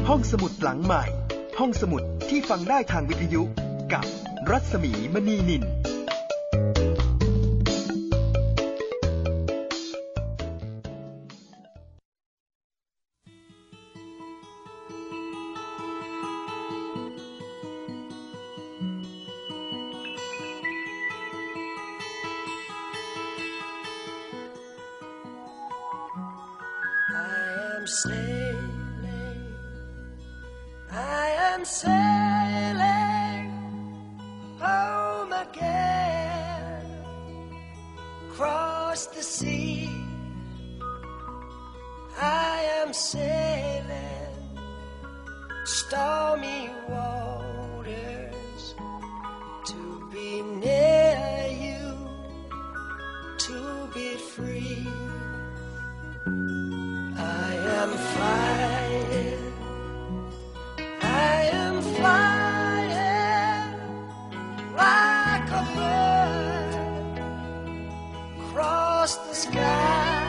ห้องสมุดหลังใหม่ห้องสมุดที่ฟังได้ทางวิทยุกับรัศมีมณีนิน Sailing home again across the sea. I am sailing stormy waters to be near you, to be free. I am flying. I am flying like a bird across the sky.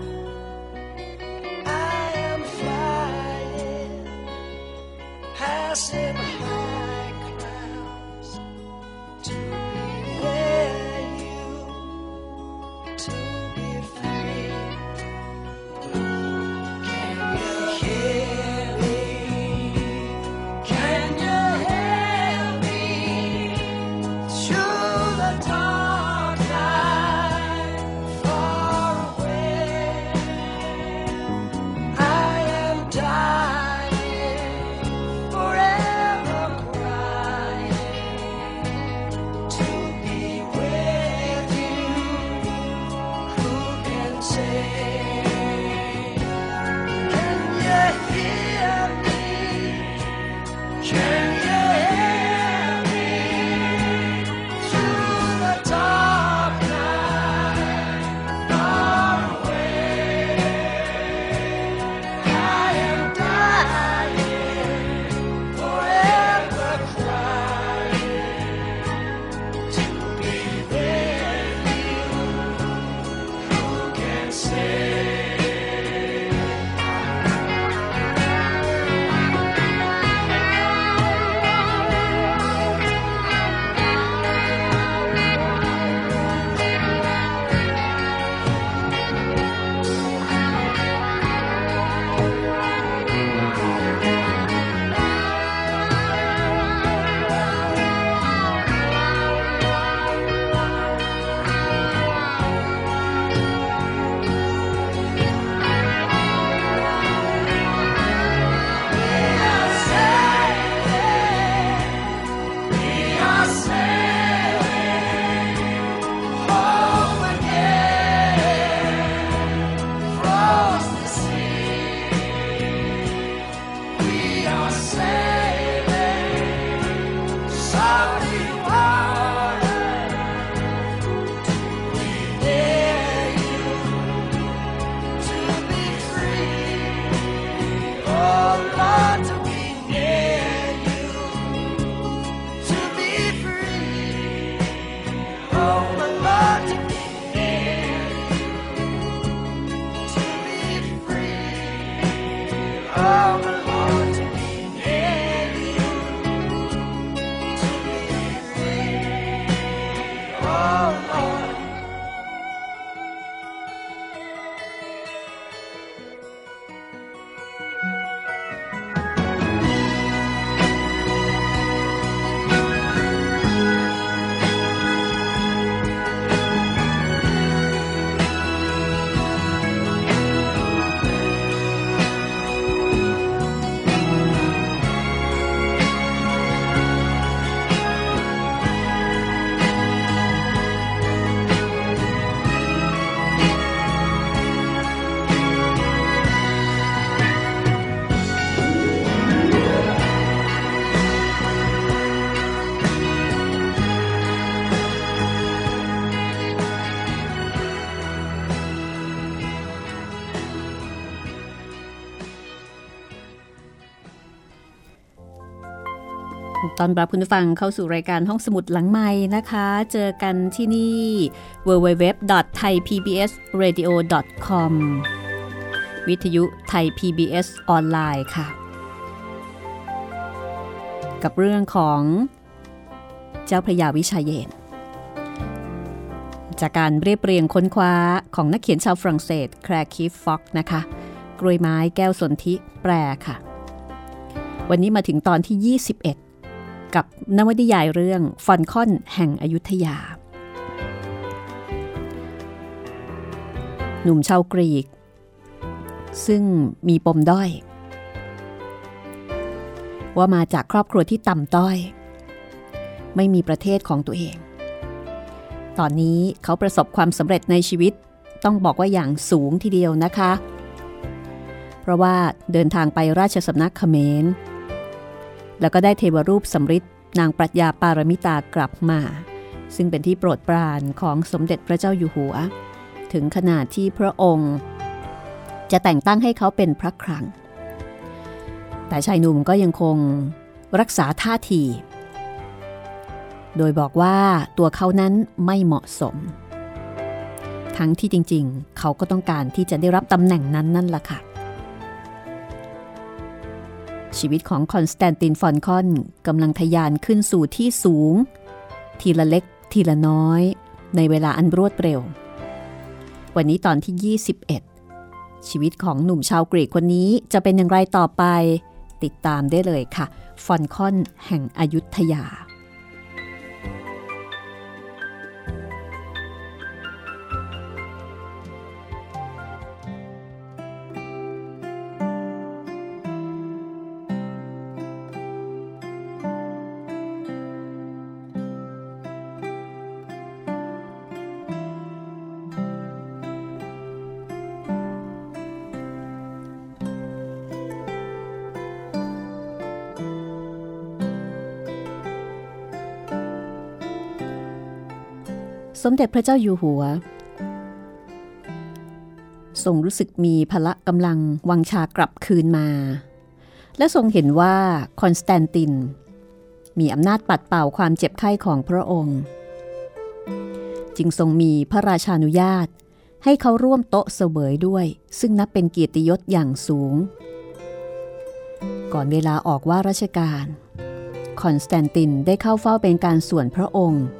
I am flying, passing high clouds to be near you, to be free. Can you hear me? Can you hear me through the dark night far away? I am dying, forever crying to be with you. Who can say? Can you hear me? Can you hear me through the dark night far away? I am dying, forever crying to be with you. Who can say? ตอนรับคุณผู้ฟังเข้าสู่รายการห้องสมุดหลังไมค์นะคะเจอกันที่นี่ www.thaipbsradio.com วิทยุไทย PBS ออนไลน์ค่ะกับเรื่องของเจ้าพระยาวิชาเยนจากการเรียบเรียงค้นคว้าของนักเขียนชาวฝรั่งเศสแคลร์คีฟฟ็อกนะคะกล้วยไม้แก้วสนธิแปลค่ะวันนี้มาถึงตอนที่21กับนวนิยายเรื่องฟอนคอนแห่งอยุธยาหนุ่มชาวกรีกซึ่งมีปมด้อยว่ามาจากครอบครัวที่ต่ำต้อยไม่มีประเทศของตัวเองตอนนี้เขาประสบความสำเร็จในชีวิตต้องบอกว่าอย่างสูงทีเดียวนะคะเพราะว่าเดินทางไปราชสำนักเขมรแล้วก็ได้เทวรูปสำริดนางปรัชญาปารมิตากลับมาซึ่งเป็นที่โปรดปรานของสมเด็จพระเจ้าอยู่หัวถึงขนาดที่พระองค์จะแต่งตั้งให้เขาเป็นพระคลังแต่ชายหนุ่มก็ยังคงรักษาท่าทีโดยบอกว่าตัวเขานั้นไม่เหมาะสมทั้งที่จริงๆเขาก็ต้องการที่จะได้รับตำแหน่งนั้นนั่นล่ะค่ะชีวิตของคอนสแตนตินฟอนคอนกำลังทะยานขึ้นสู่ที่สูงทีละเล็กทีละน้อยในเวลาอันรวดเร็ววันนี้ตอนที่21ชีวิตของหนุ่มชาวกรีกคนนี้จะเป็นอย่างไรต่อไปติดตามได้เลยค่ะฟอนคอนแห่งอยุธยาสมเด็จพระเจ้าอยู่หัวทรงรู้สึกมีพละกำลังวังชากลับคืนมาและทรงเห็นว่าคอนสแตนตินมีอำนาจปัดเป่าความเจ็บไข้ของพระองค์จึงทรงมีพระราชานุญาตให้เขาร่วมโต๊ะเสวยด้วยซึ่งนับเป็นเกียรติยศอย่างสูงก่อนเวลาออกว่าราชการคอนสแตนตินได้เข้าเฝ้าเป็นการส่วนพระองค์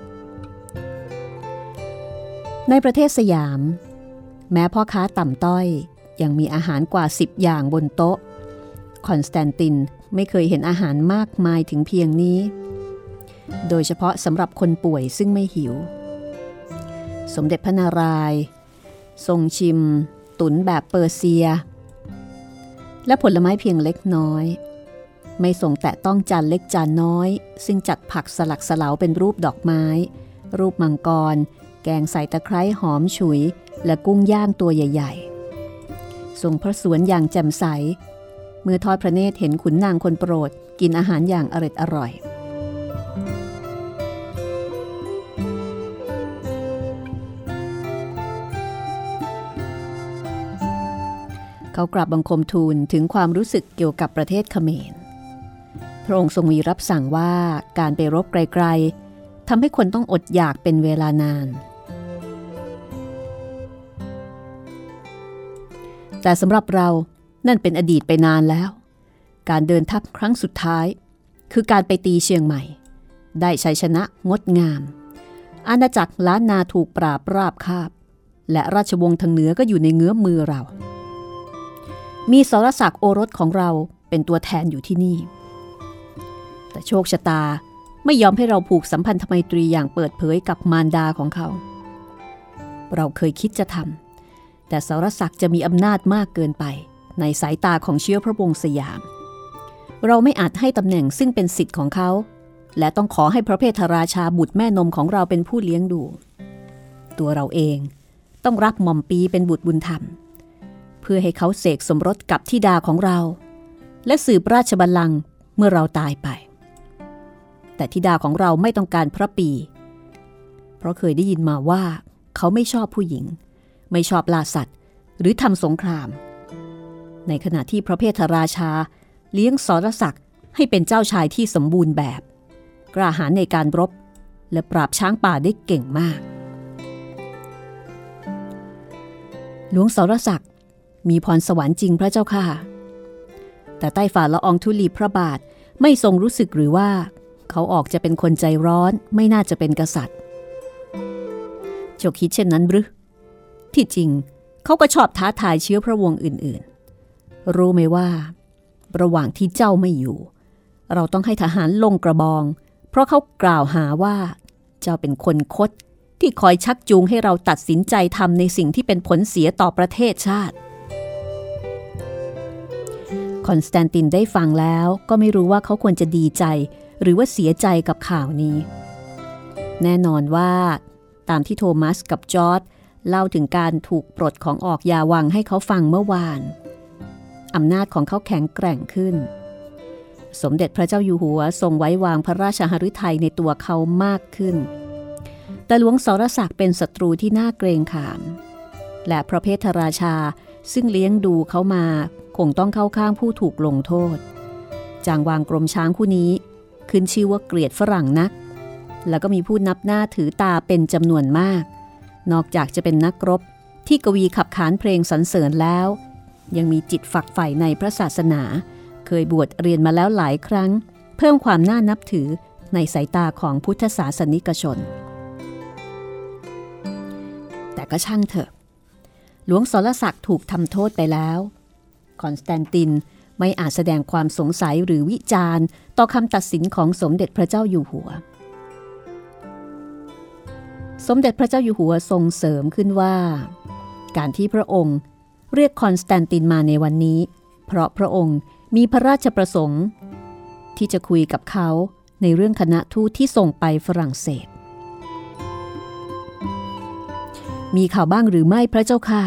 ในประเทศสยามแม้พ่อค้าต่ำต้อยยังมีอาหารกว่า10อย่างบนโต๊ะคอนสแตนตินไม่เคยเห็นอาหารมากมายถึงเพียงนี้โดยเฉพาะสำหรับคนป่วยซึ่งไม่หิวสมเด็จพระนารายณ์ทรงชิมตุ๋นแบบเปอร์เซียและผลไม้เพียงเล็กน้อยไม่ทรงแตะต้องจานเล็กจานน้อยซึ่งจัดผักสลักสลาวเป็นรูปดอกไม้รูปมังกรแกงใส่ตะไคร้หอมฉุยและกุ้งย่างตัวใหญ่ๆทรงพระสวนอย่างแจ่มใสเมื่อทอดพระเนตรเห็นขุนนางคนโปรดกินอาหารอย่างอร่อยเขากราบบังคมทูลถึงความรู้สึกเกี่ยวกับประเทศเขมรพระองค์ทรงมีรับสั่งว่าการไปรบไกลๆทำให้คนต้องอดอยากเป็นเวลานานแต่สำหรับเรานั่นเป็นอดีตไปนานแล้วการเดินทัพครั้งสุดท้ายคือการไปตีเชียงใหม่ได้ชัยชนะงดงามอาณาจักรล้านนาถูกปราบราบคาบและราชวงศ์ทางเหนือก็อยู่ในเงื้อมมือเรามีสรศักดิ์โอรสของเราเป็นตัวแทนอยู่ที่นี่แต่โชคชะตาไม่ยอมให้เราผูกสัมพันธไมตรีอย่างเปิดเผยกับมารดาของเขาเราเคยคิดจะทำแต่สรศักดิ์จะมีอำนาจมากเกินไปในสายตาของเชื้อพระวงศ์สยามเราไม่อาจให้ตำแหน่งซึ่งเป็นสิทธิ์ของเขาและต้องขอให้พระเพทราชาบุตรแม่นมของเราเป็นผู้เลี้ยงดูตัวเราเองต้องรับหม่อมปีเป็นบุตรบุญธรรมเพื่อให้เขาเสกสมรสกับธิดาของเราและสืบราชบัลลังก์เมื่อเราตายไปแต่ธิดาของเราไม่ต้องการพระปีเพราะเคยได้ยินมาว่าเขาไม่ชอบผู้หญิงไม่ชอบล่าสัตว์หรือทำสงครามในขณะที่พระเพทราชาเลี้ยงสรศักดิ์ให้เป็นเจ้าชายที่สมบูรณ์แบบกล้าหาญในการรบและปราบช้างป่าได้เก่งมากหลวงสรศักดิ์มีพรสวรรค์จริงพระเจ้าค่ะแต่ใต้ฝ่าละอองธุลีพระบาทไม่ทรงรู้สึกหรือว่าเขาออกจะเป็นคนใจร้อนไม่น่าจะเป็นกษัตริย์เจ้าคิดเช่นนั้นหรือที่จริงเขาก็ชอบท้าทายเชื้อพระวงศ์อื่นๆรู้ไหมว่าระหว่างที่เจ้าไม่อยู่เราต้องให้ทหารลงกระบองเพราะเขากล่าวหาว่าเจ้าเป็นคนคดที่คอยชักจูงให้เราตัดสินใจทำในสิ่งที่เป็นผลเสียต่อประเทศชาติคอนสแตนตินได้ฟังแล้วก็ไม่รู้ว่าเขาควรจะดีใจหรือว่าเสียใจกับข่าวนี้แน่นอนว่าตามที่โทมัสกับจอร์จเล่าถึงการถูกปลดของออกยาวังให้เขาฟังเมื่อวานอำนาจของเขาแข็งแกร่งขึ้นสมเด็จพระเจ้าอยู่หัวทรงไว้วางพระราชหฤทัยในตัวเขามากขึ้นแต่หลวงสรศักดิ์เป็นศัตรูที่น่าเกรงขามและพระเพทราชาซึ่งเลี้ยงดูเขามาคงต้องเข้าข้างผู้ถูกลงโทษจางวางกรมช้างคู่นี้ขึ้นชื่อว่าเกลียดฝรั่งนักแล้วก็มีผู้นับหน้าถือตาเป็นจำนวนมากนอกจากจะเป็นนักรบที่กวีขับขานเพลงสรรเสริญแล้วยังมีจิตฝักใฝ่ในพระศาสนาเคยบวชเรียนมาแล้วหลายครั้งเพิ่มความน่านับถือในสายตาของพุทธศาสนิกชนแต่ก็ช่างเถอะหลวงสรศักดิ์ถูกทำโทษไปแล้วคอนสแตนตินไม่อาจแสดงความสงสัยหรือวิจารณ์ต่อคำตัดสินของสมเด็จพระเจ้าอยู่หัวสมเด็จพระเจ้าอยู่หัวทรงเสริมขึ้นว่าการที่พระองค์เรียกคอนสแตนตินมาในวันนี้เพราะพระองค์มีพระราชประสงค์ที่จะคุยกับเขาในเรื่องคณะทูตที่ส่งไปฝรั่งเศสมีข่าวบ้างหรือไม่พระเจ้าค่ะ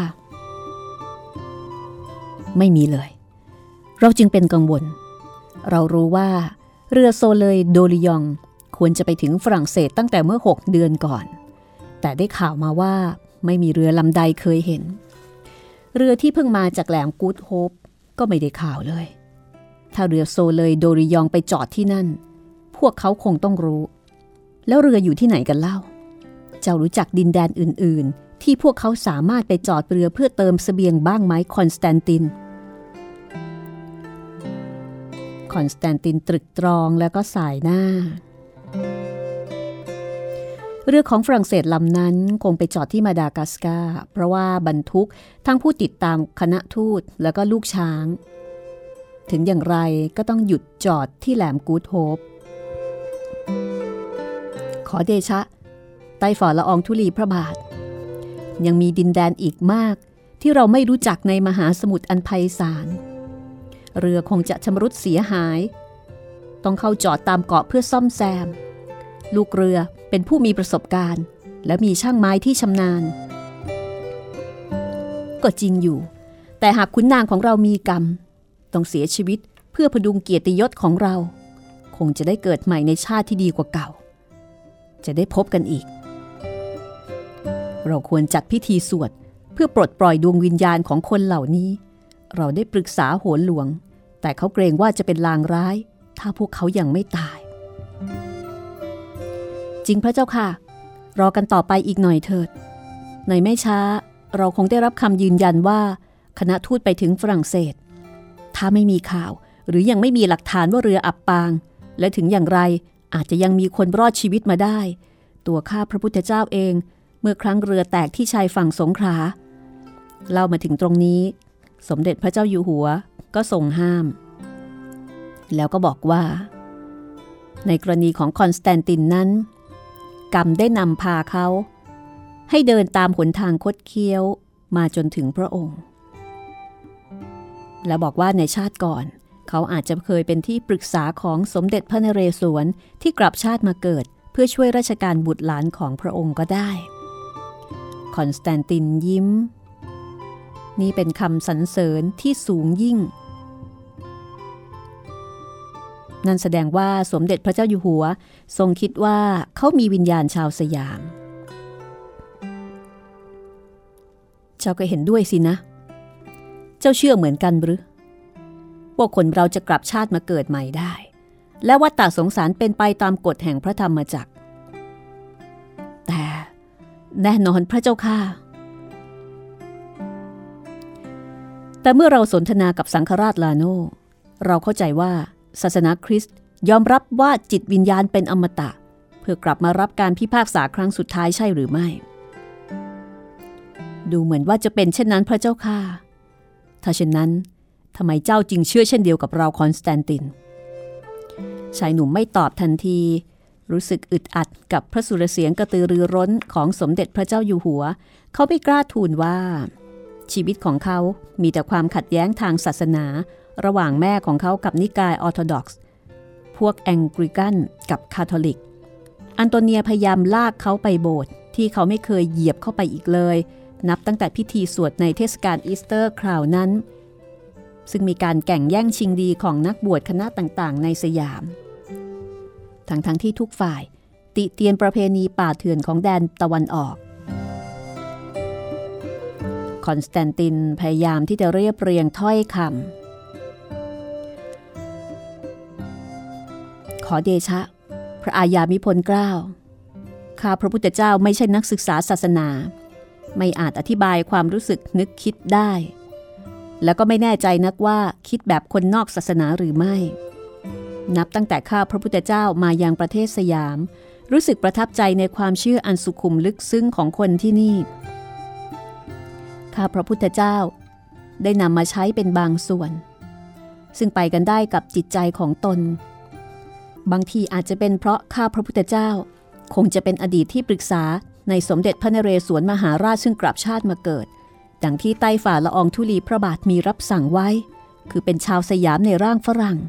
ไม่มีเลยเราจึงเป็นกังวลเรารู้ว่าเรือโซเลยโดริยองควรจะไปถึงฝรั่งเศสตั้งแต่เมื่อ6 เดือนก่อนแต่ได้ข่าวมาว่าไม่มีเรือลำใดเคยเห็นเรือที่เพิ่งมาจากแหลมกู๊ดโฮปก็ไม่ได้ข่าวเลยถ้าเรือโซเลยโดริยองไปจอดที่นั่นพวกเขาคงต้องรู้แล้วเรืออยู่ที่ไหนกันเล่าเจ้ารู้จักดินแดนอื่นๆที่พวกเขาสามารถไปจอดเรือเพื่อเติมเสบียงบ้างไหมคอนสแตนตินคอนสแตนตินตรึกตรองแล้วก็สายหน้าเรือของฝรั่งเศสลำนั้นคงไปจอดที่มาดากัสการ์เพราะว่าบรรทุกทั้งผู้ติดตามคณะทูตแล้วก็ลูกช้างถึงอย่างไรก็ต้องหยุดจอดที่แหลมกู๊ดโฮปขอเดชะใต้ฝ่าละอองธุลีพระบาทยังมีดินแดนอีกมากที่เราไม่รู้จักในมหาสมุทรอันไพศาลเรือคงจะชำรุดเสียหายต้องเข้าจอดตามเกาะเพื่อซ่อมแซมลูกเรือเป็นผู้มีประสบการณ์และมีช่างไม้ที่ชำนาญก็จริงอยู่แต่หากขุนนางของเรามีกรรมต้องเสียชีวิตเพื่อพดุงเกียรติยศของเราคงจะได้เกิดใหม่ในชาติที่ดีกว่าเก่าจะได้พบกันอีกเราควรจัดพิธีสวดเพื่อปลดปล่อยดวงวิญญาณของคนเหล่านี้เราได้ปรึกษาโหนหลวงแต่เขาเกรงว่าจะเป็นลางร้ายถ้าพวกเขายังไม่ตายจริงพระเจ้าค่ะรอกันต่อไปอีกหน่อยเถิดในไม่ช้าเราคงได้รับคำยืนยันว่าคณะทูตไปถึงฝรั่งเศสถ้าไม่มีข่าวหรือยังไม่มีหลักฐานว่าเรืออับปางและถึงอย่างไรอาจจะยังมีคนรอดชีวิตมาได้ตัวข้าพระพุทธเจ้าเองเมื่อครั้งเรือแตกที่ชายฝั่งสงขลาเล่ามาถึงตรงนี้สมเด็จพระเจ้าอยู่หัวก็ทรงห้ามแล้วก็บอกว่าในกรณีของคอนสแตนตินนั้นกรรมได้นำพาเขาให้เดินตามหนทางคดเคี้ยวมาจนถึงพระองค์และบอกว่าในชาติก่อนเขาอาจจะเคยเป็นที่ปรึกษาของสมเด็จพระนเรศวรที่กลับชาติมาเกิดเพื่อช่วยราชการบุตรหลานของพระองค์ก็ได้คอนสแตนตินยิ้มนี่เป็นคำสรรเสริญที่สูงยิ่งนั่นแสดงว่าสมเด็จพระเจ้าอยู่หัวทรงคิดว่าเขามีวิญญาณชาวสยามเจ้าก็เห็นด้วยสินะเจ้าเชื่อเหมือนกันหรือว่าคนเราจะกลับชาติมาเกิดใหม่ได้และวัฏฏะสงสารเป็นไปตามกฎแห่งพระธรรมจักรแต่แน่นอนพระเจ้าค่ะแต่เมื่อเราสนทนากับสังฆราชลาโนเราเข้าใจว่าศาสนาคริสต์ยอมรับว่าจิตวิญญาณเป็นอมตะเพื่อกลับมารับการพิพากษาครั้งสุดท้ายใช่หรือไม่ดูเหมือนว่าจะเป็นเช่นนั้นพระเจ้าค่ะถ้าเช่นนั้นทำไมเจ้าจึงเชื่อเช่นเดียวกับเราคอนสแตนตินชายหนุ่มไม่ตอบทันทีรู้สึกอึดอัดกับพระสุรเสียงกระตือรือร้นของสมเด็จพระเจ้าอยู่หัวเขาไม่กล้าทูลว่าชีวิตของเขามีแต่ความขัดแย้งทางศาสนาระหว่างแม่ของเขากับนิกายออร์โธดอกซ์พวกแองกริกันกับคาทอลิกอันโตเนียพยายามลากเขาไปโบสถ์ที่เขาไม่เคยเหยียบเข้าไปอีกเลยนับตั้งแต่พิธีสวดในเทศกาลอีสเตอร์คราวนั้นซึ่งมีการแข่งแย่งชิงดีของนักบวชคณะต่างๆในสยามทั้งที่ทุกฝ่ายติเตียนประเพณีป่าเถื่อนของแดนตะวันออกคอนสแตนตินพยายามที่จะเรียบเรียงถ้อยคำขอเดชะพระอาญามิพลเกล้าข้าพระพุทธเจ้าไม่ใช่นักศึกษาศาสนาไม่อาจอธิบายความรู้สึกนึกคิดได้แล้วก็ไม่แน่ใจนักว่าคิดแบบคนนอกศาสนาหรือไม่นับตั้งแต่ข้าพระพุทธเจ้ามายังประเทศสยามรู้สึกประทับใจในความเชื่ออันสุขุมลึกซึ้งของคนที่นี่ข้าพระพุทธเจ้าได้นำมาใช้เป็นบางส่วนซึ่งไปกันได้กับจิตใจของตนบางทีอาจจะเป็นเพราะข้าพระพุทธเจ้าคงจะเป็นอดีตที่ปรึกษาในสมเด็จพระนเรศวรมหาราชซึ่งกลับชาติมาเกิดดังที่ใต้ฝ่าละอองธุลีพระบาทมีรับสั่งไว้คือเป็นชาวสยามในร่างฝรั่ง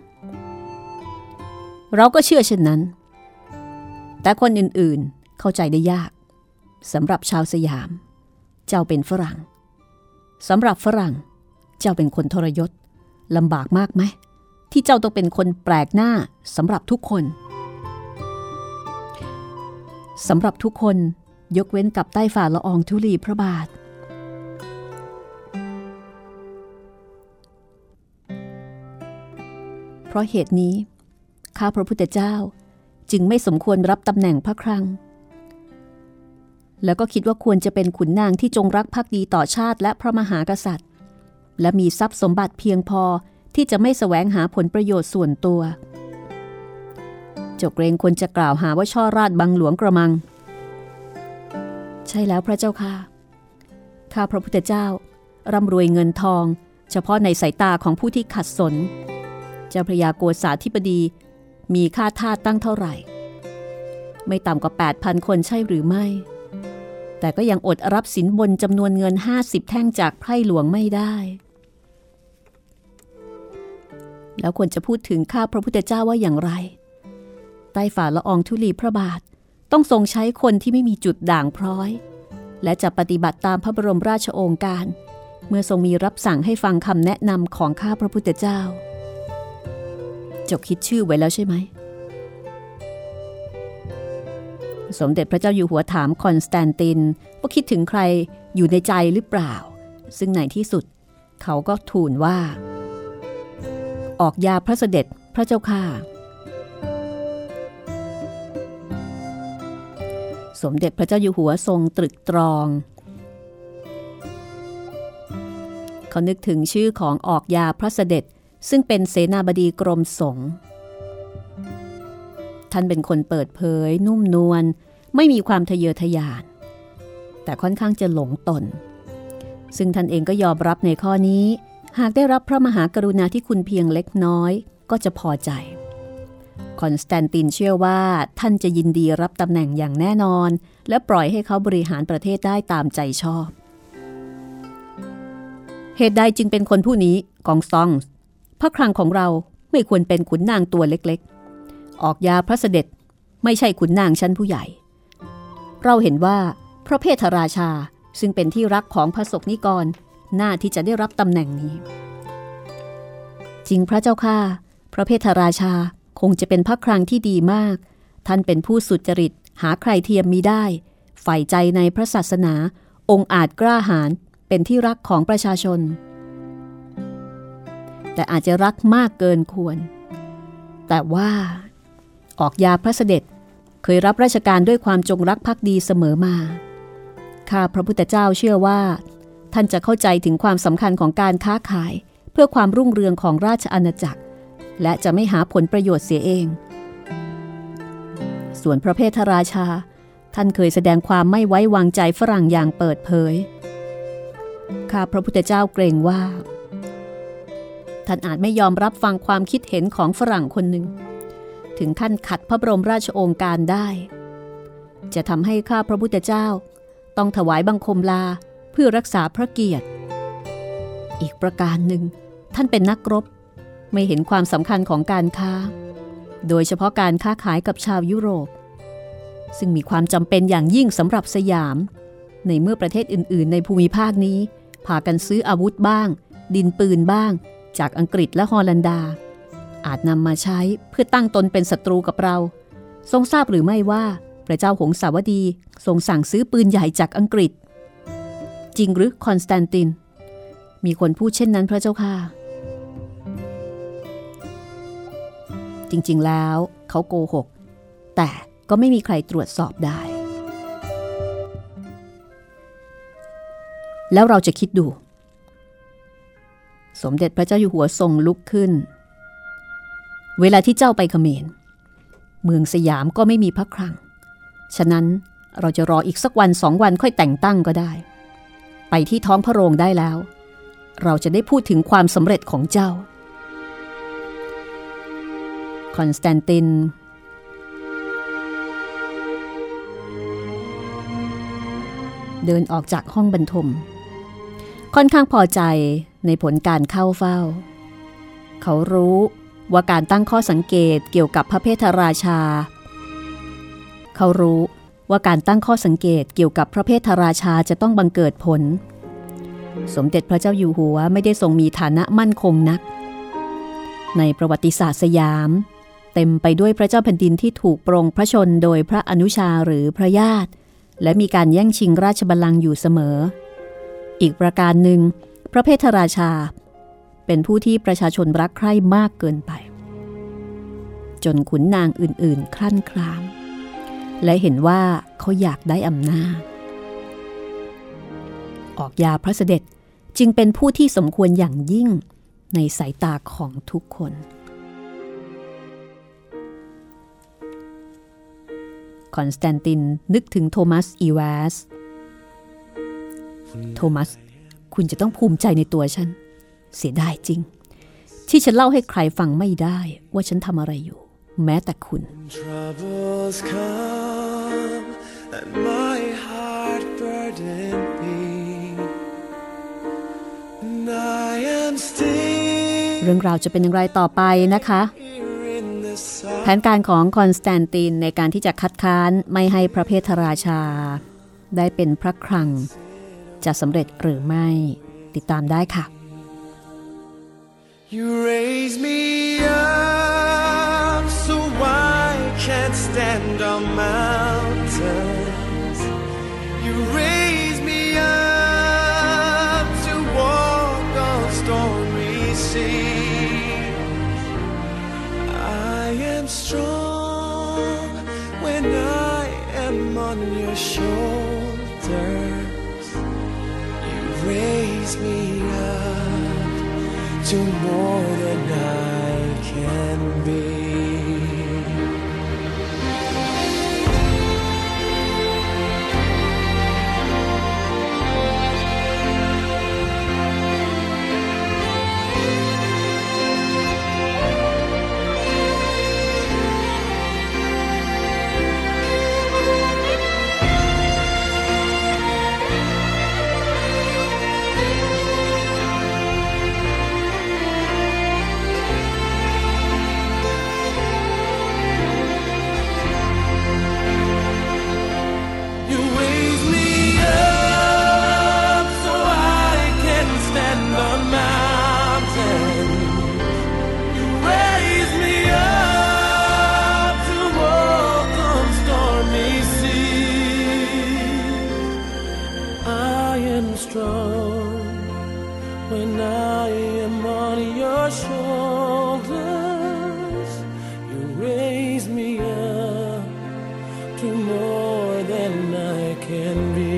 เราก็เชื่อเช่นนั้นแต่คนอื่นๆเข้าใจได้ยากสำหรับชาวสยามเจ้าเป็นฝรั่งสำหรับฝรั่งเจ้าเป็นคนทรยศลำบากมากไหมที่เจ้าต้องเป็นคนแปลกหน้าสำหรับทุกคนสำหรับทุกคนยกเว้นกับใต้ฝ่าละอองธุลีพระบาทเพราะเหตุนี้ข้าพระพุทธเจ้าจึงไม่สมควรรับตำแหน่งพระครังแล้วก็คิดว่าควรจะเป็นขุนนางที่จงรักภักดีต่อชาติและพระมหากษัตริย์และมีทรัพย์สมบัติเพียงพอที่จะไม่แสวงหาผลประโยชน์ส่วนตัวเจ้าเกรงควรจะกล่าวหาว่าช่อราชบังหลวงกระมังใช่แล้วพระเจ้าค่ะข้าพระพุทธเจ้าร่ำรวยเงินทองเฉพาะในสายตาของผู้ที่ขัดสนเจ้าพระยาโกษาธิบดีมีค่าทาสตั้งเท่าไหร่ไม่ต่ำกว่า 8,000 คนใช่หรือไม่แต่ก็ยังอดรับสินบนจำนวนเงิน50 แท่งจากไพร่หลวงไม่ได้แล้วควรจะพูดถึงข้าพระพุทธเจ้าว่าอย่างไรใต้ฝ่าละอองธุลีพระบาทต้องทรงใช้คนที่ไม่มีจุดด่างพร้อยและจะปฏิบัติตามพระบรมราชโองการเมื่อทรงมีรับสั่งให้ฟังคำแนะนำของข้าพระพุทธเจ้าเจ้าคิดชื่อไว้แล้วใช่ไหมสมเด็จพระเจ้าอยู่หัวถามคอนสแตนตินว่าคิดถึงใครอยู่ในใจหรือเปล่าซึ่งในที่สุดเขาก็ทูลว่าออกยาพระเสด็จพระเจ้าค่ะสมเด็จพระเจ้าอยู่หัวทรงตรึกตรองเขานึกถึงชื่อของออกยาพระเสด็จซึ่งเป็นเสนาบดีกรมสงฆ์ท่านเป็นคนเปิดเผยนุ่มนวลไม่มีความทะเยอทะยานแต่ค่อนข้างจะหลงตนซึ่งท่านเองก็ยอมรับในข้อนี้หากได้รับพระมหากรุณาธิคุณเพียงเล็กน้อยก็จะพอใจคอนสแตนตินเชื่อว่าท่านจะยินดีรับตำแหน่งอย่างแน่นอนและปล่อยให้เขาบริหารประเทศได้ตามใจชอบเหตุใดจึงเป็นคนผู้นี้กองซองพระครังของเราไม่ควรเป็นขุนนางตัวเล็กๆออกยาพระเสด็จไม่ใช่ขุนนางชั้นผู้ใหญ่เราเห็นว่าพระเพทราชาซึ่งเป็นที่รักของพระสกนิกรน่าที่จะได้รับตำแหน่งนี้จริงพระเจ้าค่ะพระเพทราชาคงจะเป็นพระครังที่ดีมากท่านเป็นผู้สุจริตหาใครเทียมมิได้ใฝ่ใจในพระศาสนาองค์อาจกล้าหาญเป็นที่รักของประชาชนแต่อาจจะรักมากเกินควรแต่ว่าออกยาพระเสด็จเคยรับราชการด้วยความจงรักภักดีเสมอมาข้าพระพุทธเจ้าเชื่อว่าท่านจะเข้าใจถึงความสำคัญของการค้าขายเพื่อความรุ่งเรืองของราชอาณาจักรและจะไม่หาผลประโยชน์เสียเองส่วนพระเพทราชาท่านเคยแสดงความไม่ไว้วางใจฝรั่งอย่างเปิดเผยข้าพระพุทธเจ้าเกรงว่าท่านอาจไม่ยอมรับฟังความคิดเห็นของฝรั่งคนหนึ่งถึงขั้นขัดพระบรมราชโองการได้จะทำให้ข้าพระพุทธเจ้าต้องถวายบังคมลาเพื่อรักษาพระเกียรติอีกประการหนึ่งท่านเป็นนักรบไม่เห็นความสำคัญของการค้าโดยเฉพาะการค้าขายกับชาวยุโรปซึ่งมีความจำเป็นอย่างยิ่งสำหรับสยามในเมื่อประเทศอื่นๆในภูมิภาคนี้พากันซื้ออาวุธบ้างดินปืนบ้างจากอังกฤษและฮอลันดาอาจนำมาใช้เพื่อตั้งตนเป็นศัตรูกับเราทรงทราบหรือไม่ว่าพระเจ้าหงสาวดีทรงสั่งซื้อปืนใหญ่จากอังกฤษจริงหรือคอนสแตนตินมีคนพูดเช่นนั้นพระเจ้าค่ะจริงๆแล้วเขาโกหกแต่ก็ไม่มีใครตรวจสอบได้แล้วเราจะคิดดูสมเด็จพระเจ้าอยู่หัวทรงลุกขึ้นเวลาที่เจ้าไปเขมรเมืองสยามก็ไม่มีพระคลังฉะนั้นเราจะรออีกสักวัน2 วันค่อยแต่งตั้งก็ได้ไปที่ท้องพระโรงได้แล้วเราจะได้พูดถึงความสำเร็จของเจ้าคอนสแตนตินเดินออกจากห้องบรรทมค่อนข้างพอใจในผลการเข้าเฝ้าเขารู้ว่าการตั้งข้อสังเกตเกี่ยวกับพระเพทราชาเขารู้ว่าการตั้งข้อสังเกตเกี่ยวกับพระเพทราชาจะต้องบังเกิดผลสมเด็จพระเจ้าอยู่หัวไม่ได้ทรงมีฐานะมั่นคงนักในประวัติศาสตร์สยามเต็มไปด้วยพระเจ้าแผ่นดินที่ถูกปรงพระชนโดยพระอนุชาหรือพระญาติและมีการแย่งชิงราชบัลลังก์อยู่เสมออีกประการหนึ่งพระเพทราชาเป็นผู้ที่ประชาชนรักใคร่มากเกินไปจนขุนนางอื่นๆคลั่นคลามและเห็นว่าเขาอยากได้อำนาจออกยาพระเสด็จจึงเป็นผู้ที่สมควรอย่างยิ่งในสายตาของทุกคนคอนสแตนตินนึกถึงโทมัสอีวาสโทมัสคุณจะต้องภูมิใจในตัวฉันเสียดายจริงที่ฉันเล่าให้ใครฟังไม่ได้ว่าฉันทำอะไรอยู่แม้แต่คุณ Troubles come and my heart burden me and I am still เรื่องราวจะเป็นอย่างไรต่อไปนะคะ here in the sun แผนการของคอนสแตนตินในการที่จะคัดค้านไม่ให้พระเพทราชาได้เป็นพระคลังจะสำเร็จหรือไม่ติดตามได้ค่ะ You raise me up so I can't stand on mountains. You raise me up to walk on stormy seas. I am strong when I am on your shoulders. You raise me up.To more than I can be. When I am on your shoulders, you raise me up to more than I can be.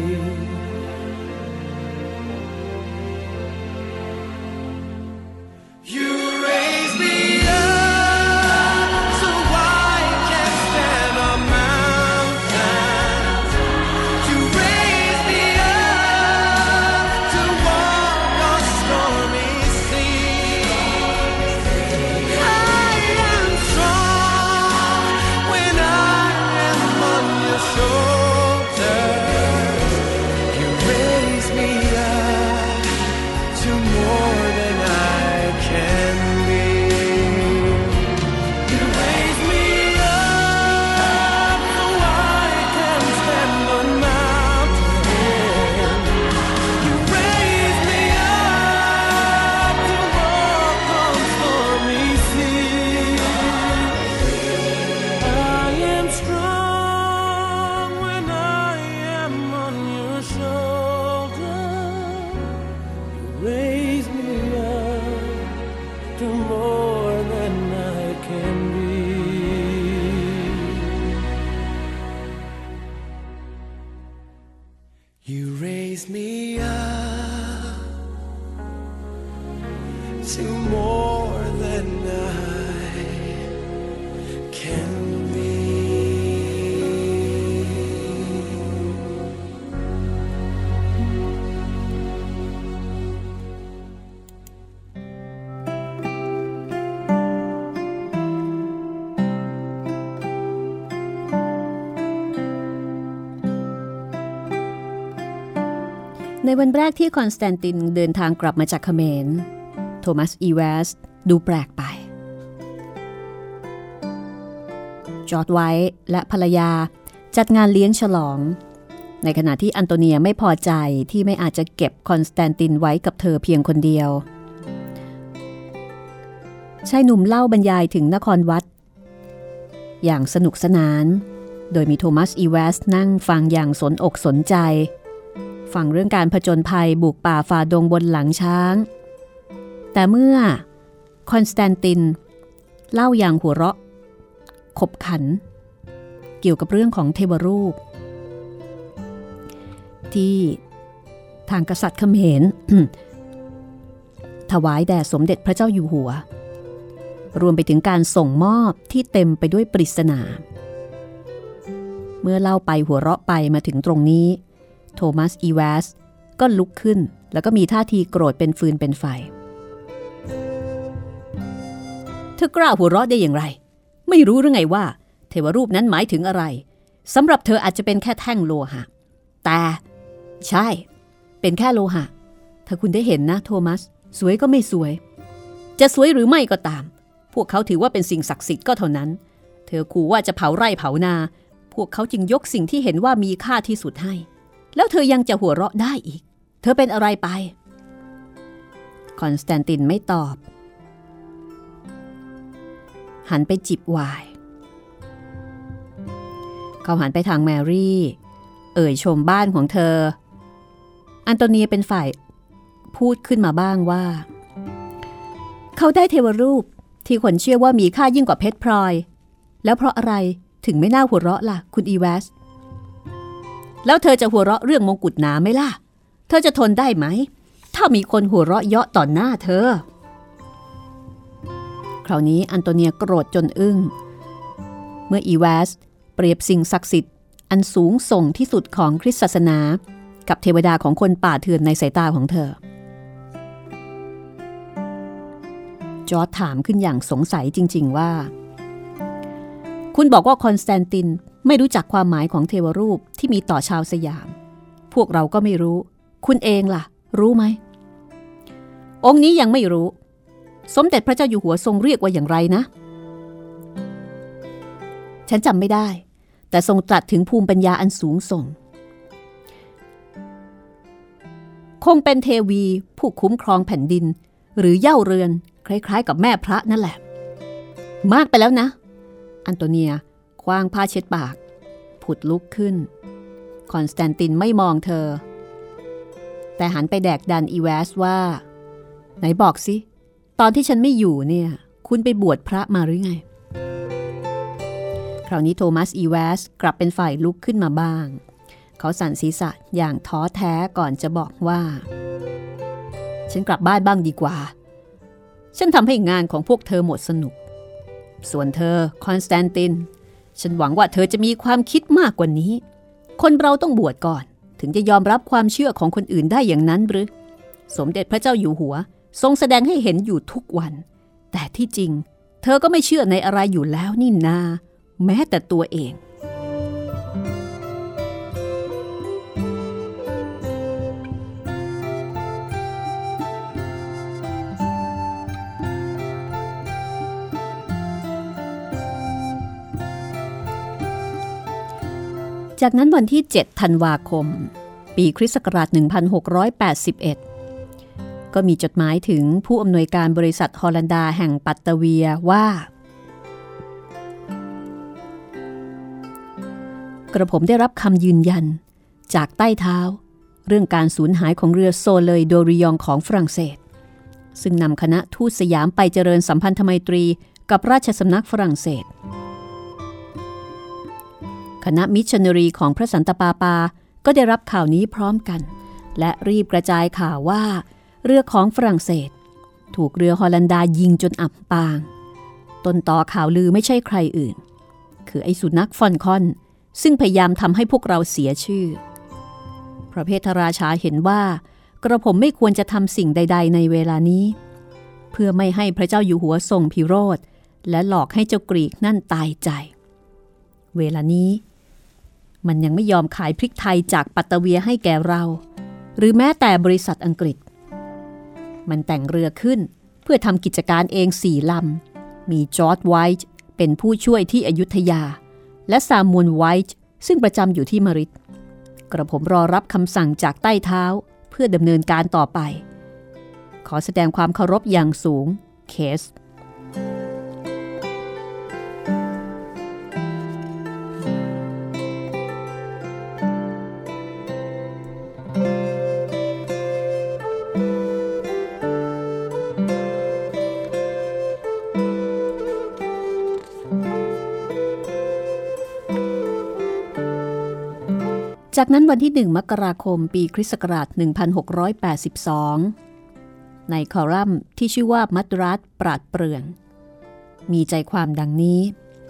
You raise me up so I can stand on to more than I can be. You raise me up to more than I can be. ในวันแรกที่คอนสแตนตินเดินทางกลับมาจากเขมรโทมัสอีแวสดูแปลกไปจอร์จไวท์และภรรยาจัดงานเลี้ยงฉลองในขณะที่อันโตเนียไม่พอใจที่ไม่อาจจะเก็บคอนสแตนตินไว้กับเธอเพียงคนเดียวชายหนุ่มเล่าบรรยายถึงนครวัดอย่างสนุกสนานโดยมีโทมัสอีแวสนั่งฟังอย่างสนอกสนใจฟังเรื่องการผจญภัยบุกป่าฝ่าดงบนหลังช้างแต่เมื่อคอนสแตนตินเล่าอย่างหัวเราะขบขันเกี่ยวกับเรื่องของเทวรูปที่ทางกษัตริย์เขมร ถวายแด่สมเด็จพระเจ้าอยู่หัวรวมไปถึงการส่งมอบที่เต็มไปด้วยปริศนาเมื่อเล่าไปหัวเราะไปมาถึงตรงนี้โทมัสอีแวสก็ลุกขึ้นแล้วก็มีท่าทีโกรธเป็นฟืนเป็นไฟเธอกล้าหัวเราะได้อย่างไรไม่รู้หรือไงว่าเทวรูปนั้นหมายถึงอะไรสำหรับเธออาจจะเป็นแค่แท่งโลหะแต่ใช่เป็นแค่โลหะถ้าคุณได้เห็นนะโทมัสสวยก็ไม่สวยจะสวยหรือไม่ก็ตามพวกเขาถือว่าเป็นสิ่งศักดิ์สิทธิ์ก็เท่านั้นเธอขู่ว่าจะเผาไร่เผานาพวกเขาจึงยกสิ่งที่เห็นว่ามีค่าที่สุดให้แล้วเธอยังจะหัวเราะได้อีกเธอเป็นอะไรไปคอนสแตนตินไม่ตอบหันไปจิบไวน์เขาหันไปทางแมรี่เอ่ยชมบ้านของเธออันโตเนียเป็นฝ่ายพูดขึ้นมาบ้างว่าเขาได้เทวรูปที่คนเชื่อว่ามีค่ายิ่งกว่าเพชรพลอยแล้วเพราะอะไรถึงไม่น่าหัวเราะล่ะคุณอีแวสแล้วเธอจะหัวเราะเรื่องมงกุฎหนาไหมล่ะเธอจะทนได้ไหมถ้ามีคนหัวเราะเยาะต่อหน้าเธอคราวนี้อันโตเนียโกรธจนอึ้งเมื่ออีแวสเปรียบสิ่งศักดิ์สิทธิ์อันสูงส่งที่สุดของคริสตศาสนากับเทวดาของคนป่าเถื่อนในสายตาของเธอจอร์จถามขึ้นอย่างสงสัยจริงๆว่าคุณบอกว่าคอนสแตนตินไม่รู้จักความหมายของเทวรูปที่มีต่อชาวสยามพวกเราก็ไม่รู้คุณเองล่ะรู้ไหมองค์นี้ยังไม่รู้สมเด็จพระเจ้าอยู่หัวทรงเรียกว่าอย่างไรนะฉันจำไม่ได้แต่ทรงตรัสถึงภูมิปัญญาอันสูงส่งคงเป็นเทวีผู้คุ้มครองแผ่นดินหรือเย่าเรือนคล้ายๆกับแม่พระนั่นแหละมากไปแล้วนะอันโตเนียคว้างผ้าเช็ดปากผุดลุกขึ้นคอนสแตนตินไม่มองเธอแต่หันไปแดกดันอีแวสว่าไหนบอกสิตอนที่ฉันไม่อยู่เนี่ยคุณไปบวชพระมาหรือไงคราวนี้โทมัสอีแวสกลับเป็นฝ่ายลุกขึ้นมาบ้างเขาสั่นศีรษะอย่างท้อแท้ก่อนจะบอกว่าฉันกลับบ้านบ้างดีกว่าฉันทำให้งานของพวกเธอหมดสนุกส่วนเธอคอนสแตนตินฉันหวังว่าเธอจะมีความคิดมากกว่านี้คนเราต้องบวชก่อนถึงจะยอมรับความเชื่อของคนอื่นได้อย่างนั้นหรือสมเด็จพระเจ้าอยู่หัวทรงแสดงให้เห็นอยู่ทุกวันแต่ที่จริงเธอก็ไม่เชื่อในอะไรอยู่แล้วนี่นาแม้แต่ตัวเองจากนั้นวันที่7 ธันวาคมปีคริสต์ศักราช 1681 ก็มีจดหมายถึงผู้อำนวยการบริษัทฮอลันดาแห่งปัตตาเวียว่ากระผมได้รับคำยืนยันจากใต้เท้าเรื่องการสูญหายของเรือโซเลย์โดริยองของฝรั่งเศสซึ่งนำคณะทูตสยามไปเจริญสัมพันธไมตรีกับราชสำนักฝรั่งเศสคณะมิชชันนารีของพระสันตะปาปาก็ได้รับข่าวนี้พร้อมกันและรีบกระจายข่าวว่าเรือของฝรั่งเศสถูกเรือฮอลันดายิงจนอับปางต้นต่อข่าวลือไม่ใช่ใครอื่นคือไอ้สุนัขฟอนคอนซึ่งพยายามทำให้พวกเราเสียชื่อพระเพทราชาเห็นว่ากระผมไม่ควรจะทำสิ่งใดๆในเวลานี้เพื่อไม่ให้พระเจ้าอยู่หัวทรงพิโรธและหลอกให้เจ้ากรีกนั่นตายใจเวลานี้มันยังไม่ยอมขายพริกไทยจากปัตตะเวียให้แก่เราหรือแม้แต่บริษัทอังกฤษมันแต่งเรือขึ้นเพื่อทำกิจการเอง4 ลำมีจอร์จไวท์เป็นผู้ช่วยที่อยุธยาและซามูลไวท์ซึ่งประจำอยู่ที่มริดกระผมรอรับคำสั่งจากใต้เท้าเพื่อดำเนินการต่อไปขอแสดงความเคารพอย่างสูงเคสจากนั้นวันที่1 มกราคมปีคริสต์ศักราช 1682 ในคอลัมน์ที่ชื่อว่ามัดรัสปราดเปรื่องมีใจความดังนี้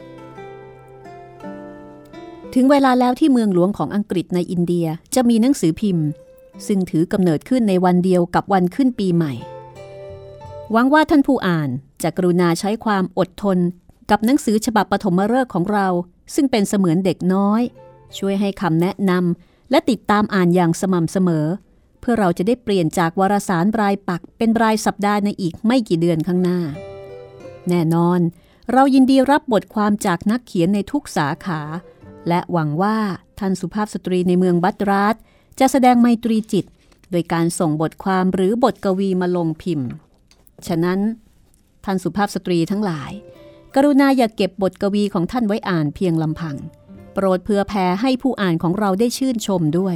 ถึงเวลาแล้วที่เมืองหลวงของอังกฤษในอินเดียจะมีหนังสือพิมพ์ซึ่งถือกำเนิดขึ้นในวันเดียวกับวันขึ้นปีใหม่หวังว่าท่านผู้อ่านจะกรุณาใช้ความอดทนกับหนังสือฉบับปฐมฤกษ์ของเราซึ่งเป็นเสมือนเด็กน้อยช่วยให้คำแนะนำและติดตามอ่านอย่างสม่ำเสมอเพื่อเราจะได้เปลี่ยนจากวารสารรายปักเป็นรายสัปดาห์ในอีกไม่กี่เดือนข้างหน้าแน่นอนเรายินดีรับบทความจากนักเขียนในทุกสาขาและหวังว่าท่านสุภาพสตรีในเมืองบัตราสจะแสดงไมตรีจิตโดยการส่งบทความหรือบทกวีมาลงพิมพ์ฉะนั้นท่านสุภาพสตรีทั้งหลายกรุณาอย่าเก็บบทกวีของท่านไว้อ่านเพียงลำพังโปรดเผื่อแผ่ให้ผู้อ่านของเราได้ชื่นชมด้วย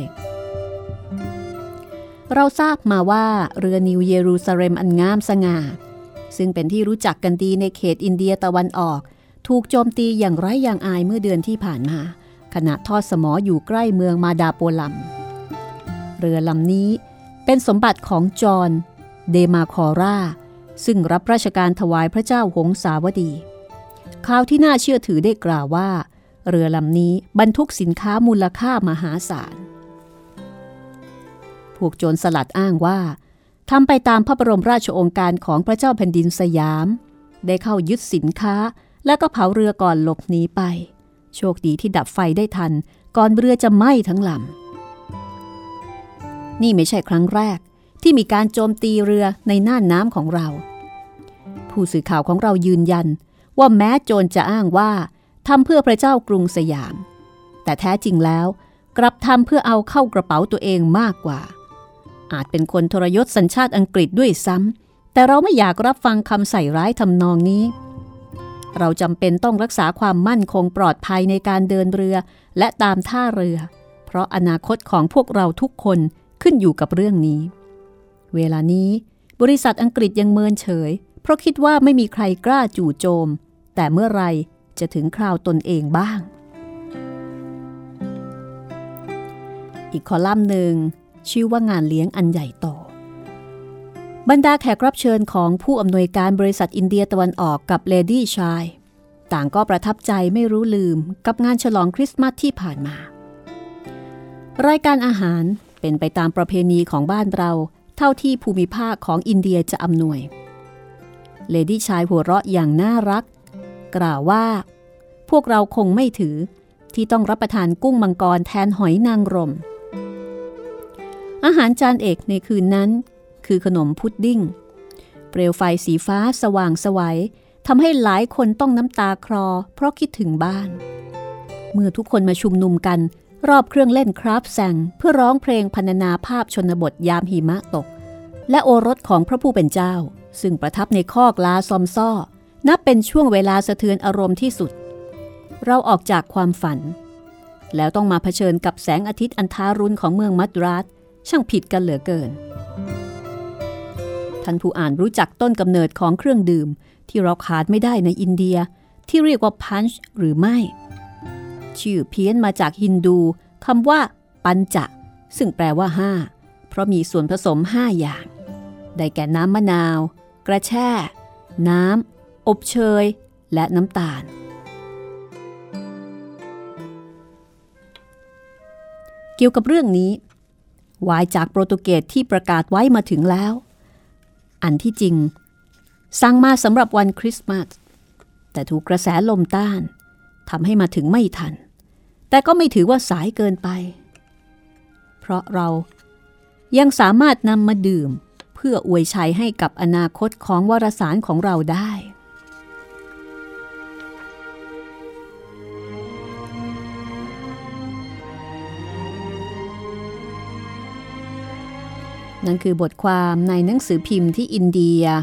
เราทราบมาว่าเรือนิวเยรูซาเล็มอันงามสง่าซึ่งเป็นที่รู้จักกันดีในเขตอินเดียตะวันออกถูกโจมตีอย่างไร้ยางอายเมื่อเดือนที่ผ่านมาขณะทอดสมออยู่ใกล้เมืองมาดาโปลัมเรือลำนี้เป็นสมบัติของจอห์นเดมาคอราซึ่งรับราชการถวายพระเจ้าหงสาวดีข่าวที่น่าเชื่อถือได้กล่าวว่าเรือลำนี้บรรทุกสินค้ามูลค่ามหาศาลพวกโจรสลัดอ้างว่าทำไปตามพระบรมราชโองการของพระเจ้าแผ่นดินสยามได้เข้ายึดสินค้าและก็เผาเรือก่อนหลบหนีไปโชคดีที่ดับไฟได้ทันก่อนเรือจะไหม้ทั้งลำนี่ไม่ใช่ครั้งแรกที่มีการโจมตีเรือในน่านน้ำของเราผู้สื่อข่าวของเรายืนยันว่าแม้โจรจะอ้างว่าทำเพื่อพระเจ้ากรุงสยามแต่แท้จริงแล้วกลับทำเพื่อเอาเข้ากระเป๋าตัวเองมากกว่าอาจเป็นคนทรยศสัญชาติอังกฤษด้วยซ้ำแต่เราไม่อยากรับฟังคำใส่ร้ายทำนองนี้เราจำเป็นต้องรักษาความมั่นคงปลอดภัยในการเดินเรือและตามท่าเรือเพราะอนาคตของพวกเราทุกคนขึ้นอยู่กับเรื่องนี้เวลานี้บริษัทอังกฤษยังเมินเฉยเพราะคิดว่าไม่มีใครกล้าจู่โจมแต่เมื่อไรจะถึงคราวตนเองบ้างอีกคอลัมน์หนึ่งชื่อว่างานเลี้ยงอันใหญ่โตบรรดาแขกรับเชิญของผู้อำนวยการบริษัทอินเดียตะวันออกกับเลดี้ชายต่างก็ประทับใจไม่รู้ลืมกับงานฉลองคริสต์มาสที่ผ่านมารายการอาหารเป็นไปตามประเพณีของบ้านเราเท่าที่ภูมิภาคของอินเดียจะอำนวยเลดี้ชายหัวเราะอย่างน่ารักกล่าวว่าพวกเราคงไม่ถือที่ต้องรับประทานกุ้งมังกรแทนหอยนางรมอาหารจานเอกในคืนนั้นคือขนมพุดดิ้งเปลวไฟสีฟ้าสว่างไสวทำให้หลายคนต้องน้ำตาคลอเพราะคิดถึงบ้านเมื่อทุกคนมาชุมนุมกันรอบเครื่องเล่นคราฟแซงเพื่อร้องเพลงพรรณนาภาพชนบทยามหิมะตกและโอรสของพระผู้เป็นเจ้าซึ่งประทับในคอกลาซอมซ่อนับเป็นช่วงเวลาสะเทือนอารมณ์ที่สุดเราออกจากความฝันแล้วต้องมาเผชิญกับแสงอาทิตย์อันทารุณของเมืองมัดราสช่างผิดกันเหลือเกินท่านผู้อ่านรู้จักต้นกำเนิดของเครื่องดื่มที่เราขาดไม่ได้ในอินเดียที่เรียกว่าพันช์หรือไม่ชื่อเพี้ยนมาจากฮินดูคำว่าปัญจะซึ่งแปลว่า5เพราะมีส่วนผสม5อย่างได้แก่น้ำมะนาวกระแช่น้ำอบเชยและน้ำตาลเกี่ยวกับเรื่องนี้วายจากโปรตุเกสที่ประกาศไว้มาถึงแล้วอันที่จริงสั่งมาสำหรับวันคริสต์มาสแต่ถูกกระแสลมต้านทำให้มาถึงไม่ทันแต่ก็ไม่ถือว่าสายเกินไปเพราะเรายังสามารถนำมาดื่มเพื่ออวยชัยให้กับอนาคตของวารสารของเราได้นั่นคือบทความในหนังสือพิมพ์ที่อินเดีย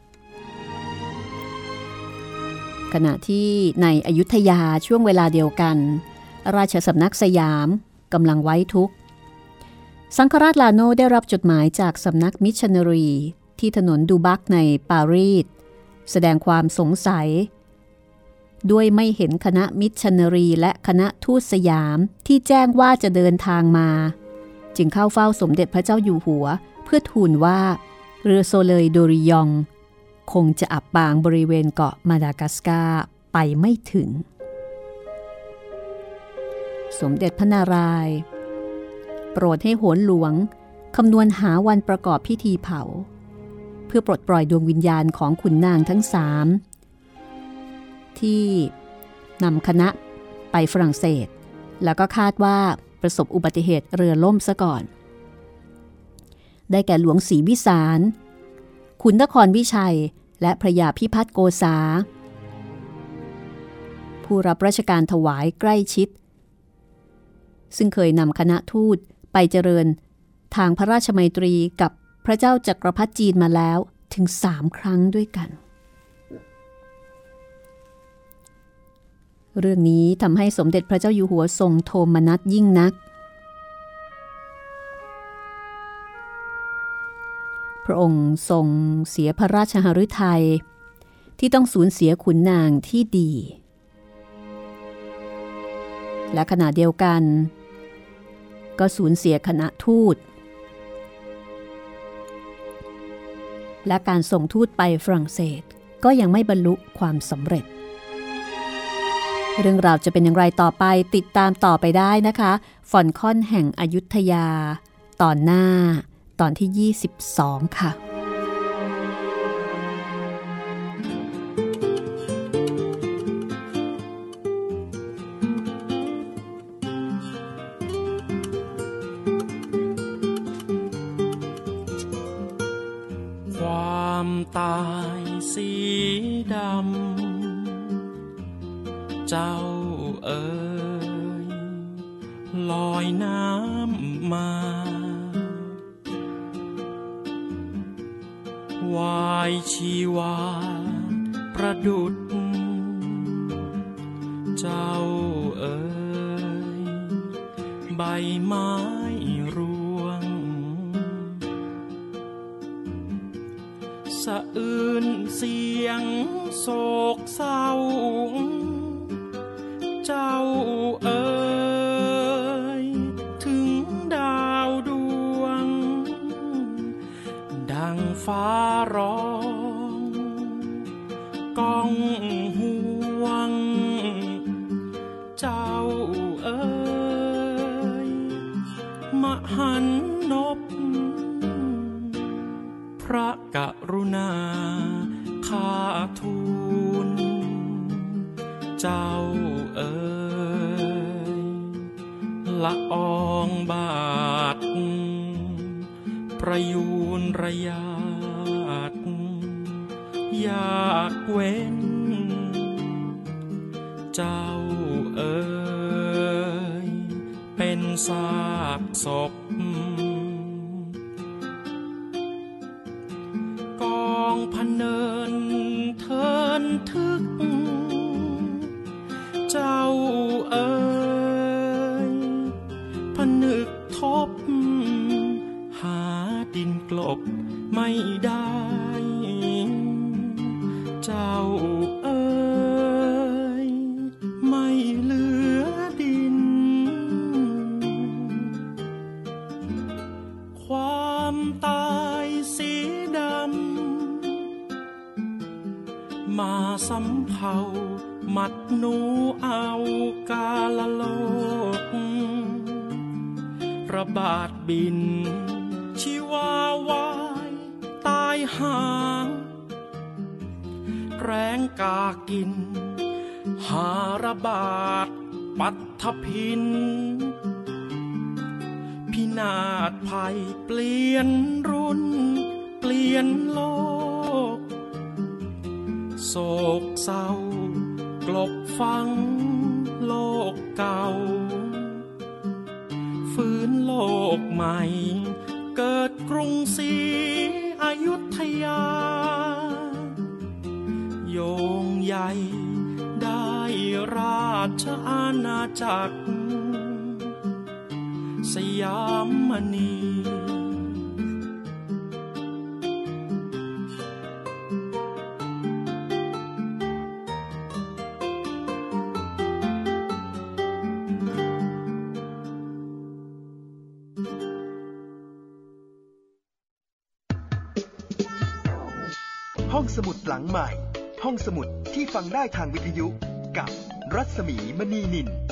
ขณะที่ในอยุธยาช่วงเวลาเดียวกันราชสำนักสยามกำลังไว้ทุกข์สังฆราชลาโนได้รับจดหมายจากสำนักมิชชันนารีที่ถนนดูบักในปารีสแสดงความสงสัยด้วยไม่เห็นคณะมิชชันนารีและคณะทูตสยามที่แจ้งว่าจะเดินทางมาจึงเข้าเฝ้าสมเด็จพระเจ้าอยู่หัวเพื่อทูลว่าเรือโซเลยโดริยองคงจะอับปางบริเวณเกาะมาดากัสการ์ไปไม่ถึงสมเด็จพระนารายณ์โปรดให้โหนหลวงคำนวณหาวันประกอบพิธีเผาเพื่อปลดปล่อยดวงวิญญาณของขุนนางทั้ง3ที่นำคณะไปฝรั่งเศสแล้วก็คาดว่าประสบอุบัติเหตุเรือล่มซะก่อนได้แก่หลวงศรีวิสารขุนนครวิชัยและพระยาพิพัฒน์โกษาผู้รับราชการถวายใกล้ชิดซึ่งเคยนำคณะทูตไปเจริญทางพระราชมัยตรีกับพระเจ้าจักรพรรดิจีนมาแล้วถึง3 ครั้งด้วยกันเรื่องนี้ทำให้สมเด็จพระเจ้าอยู่หัวทรงโทมนัสยิ่งนักพระองค์ทรงเสียพระราชหฤทัยที่ต้องสูญเสียขุนนางที่ดีและขณะเดียวกันก็สูญเสียคณะทูตและการส่งทูตไปฝรั่งเศสก็ยังไม่บรรลุความสำเร็จเรื่องราวจะเป็นอย่างไรต่อไปติดตามต่อไปได้นะคะฟอนคอนแห่งอยุธยาตอนหน้าตอนที่22ค่ะความตายสีดำเจ้าเอ๋ยลอยน้ำมาวายชีวาประดุจเจ้าเอ๋ยใบไม้ร่วงสะอื้นเสียงโศกเศร้าเจ้าเอ๋ยถึงดาวดวงดังฟ้าร้องก้องห่วงเจ้าเอ๋ยมหันนพพระกรุณาข้าทูลเจ้าเอ๋ยละอองบาทประยูนระยาดอยากเว้นเจ้าเอ๋ยเป็นซากศพกองพเนินเทินทึกเจ้าเอ๋ยผนึกทบหาดินกลบไม่ได้มาสำเภามัดหนูเอากาลโลกระบาดบินชีวาวายตายหางแรงกากินหาระบาดปัทภพินพินาศภัยเปลี่ยนรุ่นเปลี่ยนโลกโศกเศร้ากลบฟังโลกเก่าฟื้นโลกใหม่เกิดกรุงศรีอยุธยาโยงใหญ่ได้ราชอาณาจักรสยามมณีห้องสมุดหลังใหม่ห้องสมุดที่ฟังได้ทางวิทยุกับรัศมีมณีนิน